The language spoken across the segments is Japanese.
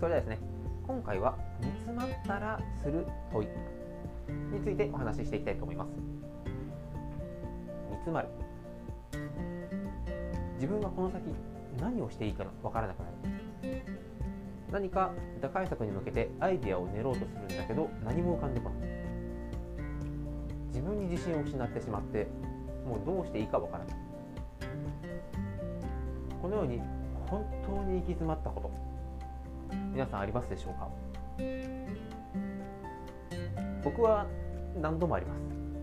それではですね、今回は煮詰まったらする問いについてお話ししていきたいと思います。煮詰まる。自分はこの先何をしていいかわからなくなる。何か打開策に向けてアイデアを練ろうとするんだけど何も浮かんでこない。自分に自信を失ってしまってもうどうしていいかわからない。このように本当に行き詰まったこと、皆さんありますでしょうか？僕は何度もあります。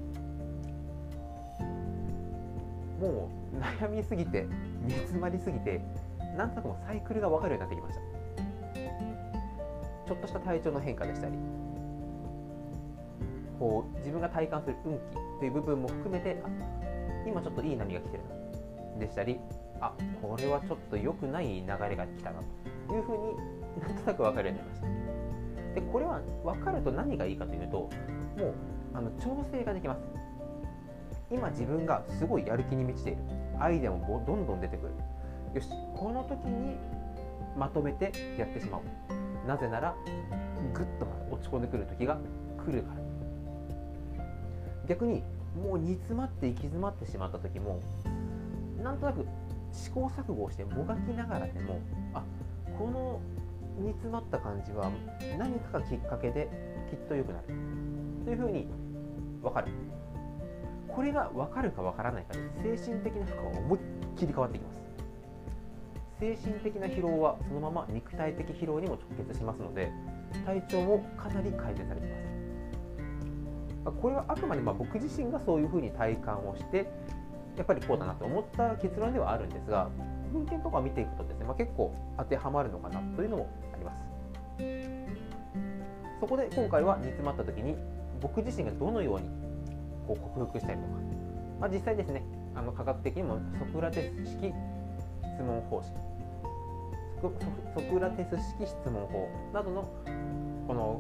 もう悩みすぎて煮詰まりすぎてなんとなくもうサイクルが分かるようになってきました。ちょっとした体調の変化でしたり、こう自分が体感する運気という部分も含めて、今ちょっといい波が来てるなでしたり、これはちょっと良くない流れが来たなというふうになんとなく分かるようになりました。でこれは分かると何がいいかというと、もう調整ができます。今自分がすごいやる気に満ちている、アイデアもどんどん出てくる。よし、この時にまとめてやってしまおう。なぜならぐっと落ち込んでくる時が来るから。逆にもう煮詰まって行き詰まってしまった時も、なんとなく試行錯誤をしてもがきながらでも、この煮詰まった感じは何かがきっかけできっと良くなるというふうに分かる。これが分かるか分からないかで精神的な負荷は思いっきり変わってきます。精神的な疲労はそのまま肉体的疲労にも直結しますので、体調もかなり改善されています。これはあくまで僕自身がそういうふうに体感をしてやっぱりこうだなと思った結論ではあるんですが、文献とか見ていくとですね、結構当てはまるのかなというのもあります。そこで今回は煮詰まった時に僕自身がどのように克服したりとか、実際ですね、科学的にもソクラテス式質問方式、ソクラテス式質問法などのこの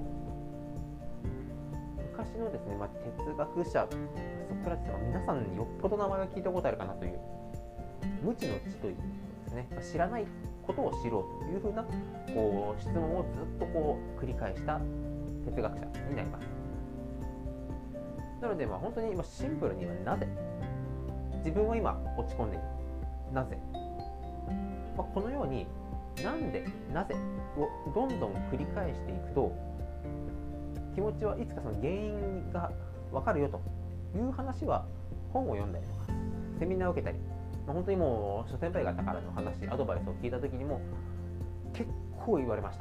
昔のですね、哲学者ソクラテスは皆さんによっぽど名前が聞いたことあるかなという、無知の知というですね、知らないことを知ろうというふうな質問をずっと繰り返した哲学者になります。なので本当にシンプルにはなぜ、自分は今落ち込んでいる、なぜ、このようになんでなぜをどんどん繰り返していくと、気持ちはいつかその原因が分かるよという話は本を読んだりとかセミナーを受けたり、本当にもう諸先輩方からの話、アドバイスを聞いた時にも結構言われました。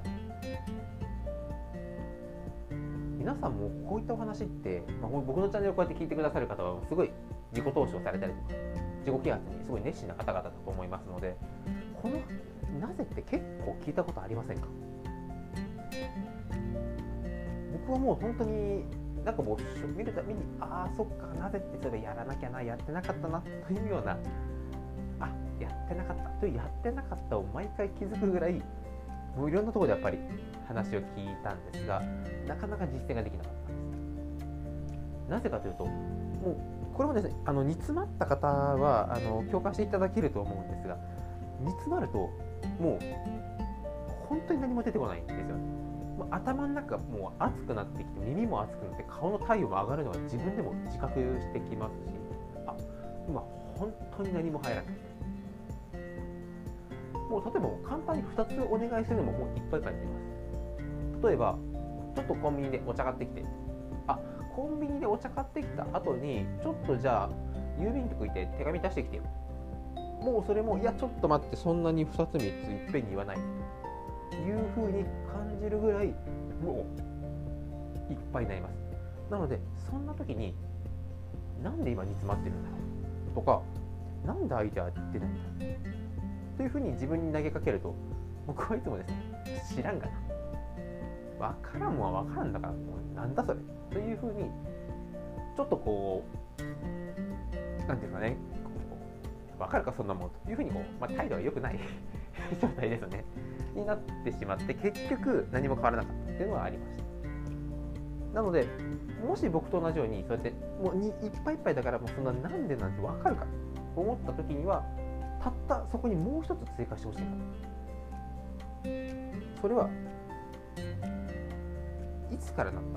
皆さんもこういったお話って、僕のチャンネルをこうやって聞いてくださる方はすごい自己投資をされたりとか自己啓発にすごい熱心な方々だと思いますので、このなぜって結構聞いたことありませんか？僕はもう本当にもう見るたびにそっか、なぜってそういえばやらなきゃな、やってなかったなというような、やってなかったというやってなかったを毎回気づくぐらい、もういろんなところでやっぱり話を聞いたんですが、なかなか実践ができなかったんです。なぜかというと、もうこれもですね、煮詰まった方は共感していただけると思うんですが、煮詰まるともう本当に何も出てこないんですよね。頭の中がもう熱くなってきて、耳も熱くなって、顔の体温も上がるのが自分でも自覚してきますし、今本当に何も入らない。もう例えば簡単に2つお願いするのももういっぱいいっぱいになります。例えばちょっとコンビニでお茶買ってきて、コンビニでお茶買ってきた後にちょっとじゃあ郵便局行って手紙出してきてよ。もうそれもちょっと待って、そんなに2つ3ついっぺんに言わないというふうに感じるぐらいもういっぱいになります。なのでそんな時になんで今煮詰まってるんだろうとか、なんでアイデア出ないんだろうというふうに自分に投げかけると、僕はいつもですね、知らんがな、分からんもんは分からんだから、もうなんだそれというふうにちょっとなんていうかね、分かるかそんなもんというふうに態度が良くない状態ですよねになってしまって、結局何も変わらなかったっていうのはありました。なのでもし僕と同じようにそうやってもういっぱいいっぱいだから、もうそんななんでなんて分かるかと思った時には、たったそこにもう一つ追加してほしいなと。それはいつからなんだ、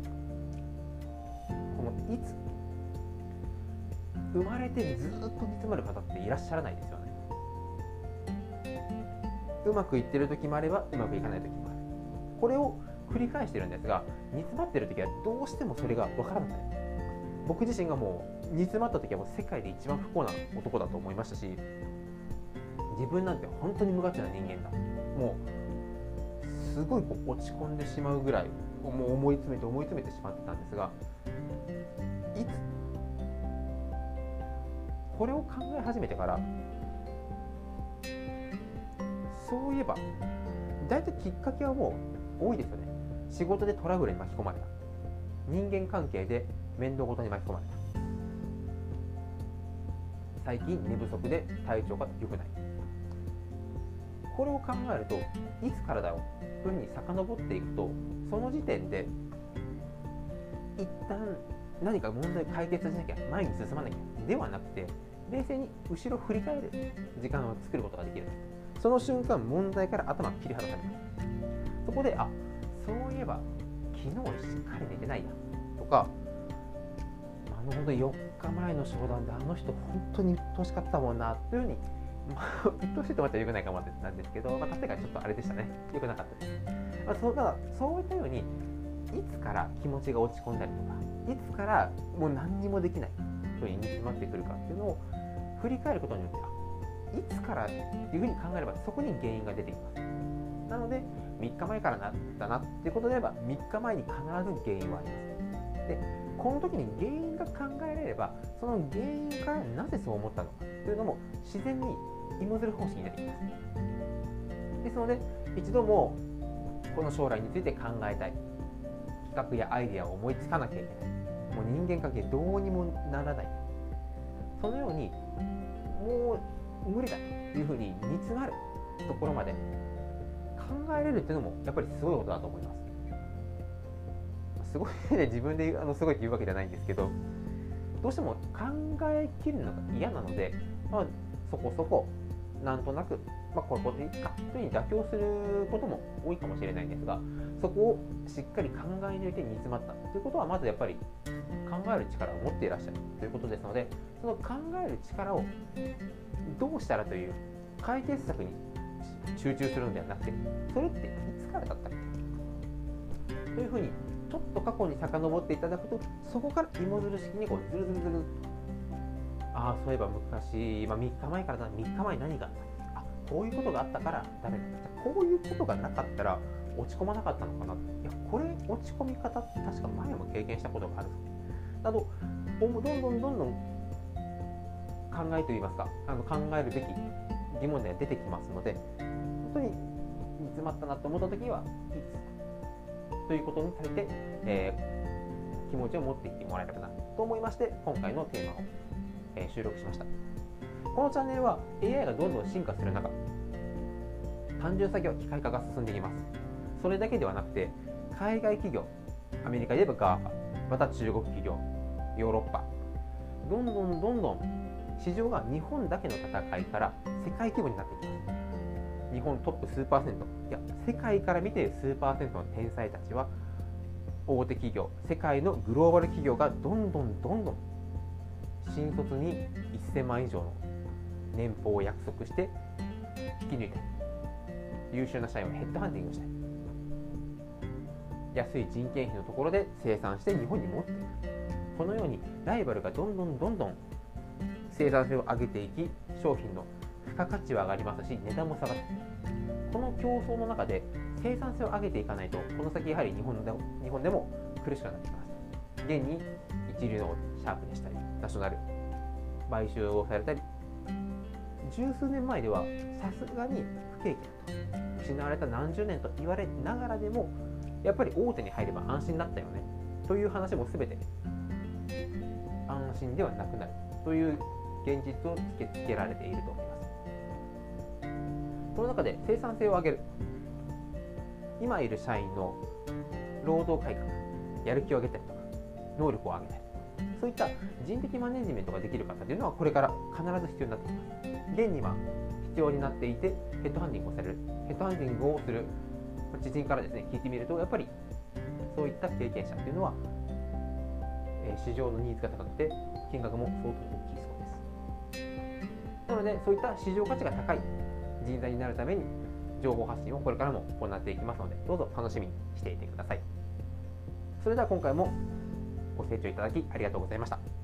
このいつ、生まれてずっと煮詰まる方っていらっしゃらないですよね。うまくいってる時もあればうまくいかない時もある。これを繰り返してるんですが、煮詰まってる時はどうしてもそれが分からなくなる。僕自身がもう煮詰まった時はもう世界で一番不幸な男だと思いましたし、自分なんて本当に無価値な人間だ、もうすごい落ち込んでしまうぐらいもう思い詰めてしまってたんですが、いつこれを考え始めてから、そういえばだいたいきっかけはもう多いですよね。仕事でトラブルに巻き込まれた、人間関係で面倒ごとに巻き込まれた、最近寝不足で体調が良くない。これを考えるといつからだろうというふうに遡っていくと、その時点で一旦何か問題を解決しなきゃ、前に進まなきゃではなくて、冷静に後ろを振り返る時間を作ることができる。その瞬間、問題から頭が切り離されます。そこで、そういえば昨日しっかり寝てないやとか、本当に4日前の商談であの人本当に鬱陶しかったもんなというふうに、鬱陶しいとまた良くないかもなんですけど、例えばちょっとあれでしたね、良くなかったです。そういったように、いつから気持ちが落ち込んだりとか、いつからもう何にもできないというふうに煮詰まってくるかっていうのを振り返ることによって、いつからっていうふうに考えればそこに原因が出てきます。なので3日前からだなっていうことであれば、3日前に必ず原因はあります。で、この時に原因が考えられれば、その原因からなぜそう思ったのかというのも自然に芋づる方式になってきます。ですので、一度もこの将来について考えたい、企画やアイデアを思いつかなきゃいけない、もう人間関係どうにもならない、そのようにもう無理だというふうに煮詰まるところまで考えれるっていうのもやっぱりすごいことだと思います。すごいね、自分ですごいって言うわけじゃないんですけど、どうしても考えきるのが嫌なので、そこそこなんとなく、これでいいかというふうに妥協することも多いかもしれないんですが、そこをしっかり考え抜いて煮詰まったということは、まずやっぱり考える力を持っていらっしゃるということですので、その考える力をどうしたらという解決策に集中するのではなくて、それっていつからだったっけというふうにちょっと過去に遡っていただくと、そこから芋づる式にこうずるずるずる、そういえば昔、3日前からだ、3日前に何があった、こういうことがあったからダメだった、こういうことがなかったら落ち込まなかったのかな、これ落ち込み方って確か前も経験したことがあるなど、どんどん考えといいますか、考えるべき疑問点が出てきますので、本当に煮詰まったなと思った時には、いつということについて、気持ちを持っていってもらえればなと思いまして、今回のテーマを、収録しました。このチャンネルは AI がどんどん進化する中、単純作業機械化が進んでいます。それだけではなくて、海外企業、アメリカで言えば GAFA、また中国企業、ヨーロッパ、どんどん市場が日本だけの戦いから世界規模になっていきます。日本トップ数パーセント、世界から見て数パーセントの天才たちは、大手企業、世界のグローバル企業がどんどん新卒に1000万以上の年俸を約束して引き抜いたり、優秀な社員をヘッドハンティングしたり、安い人件費のところで生産して日本に持っていく。このようにライバルがどんどん生産性を上げていき、商品の付加価値は上がりますし、値段も下がっていく。この競争の中で生産性を上げていかないと、この先やはり日本でも苦しくなってきます。現に一流のシャープでしたり、ナショナル買収をされたり、十数年前ではさすがに不景気だと失われた何十年と言われながらでも、やっぱり大手に入れば安心だったよねという話も全て安心ではなくなるという現実を突きつけられていると思います。その中で生産性を上げる、今いる社員の労働改革、やる気を上げたりとか能力を上げたり、そういった人的マネジメントができる方というのはこれから必ず必要になってきます。現には必要になっていて、ヘッドハンティングをする知人からですね聞いてみると、やっぱりそういった経験者っていうのは、市場のニーズが高くて金額も相当大きいそうです。なのでそういった市場価値が高い人材になるために情報発信をこれからも行っていきますので、どうぞ楽しみにしていてください。それでは今回もご清聴いただきありがとうございました。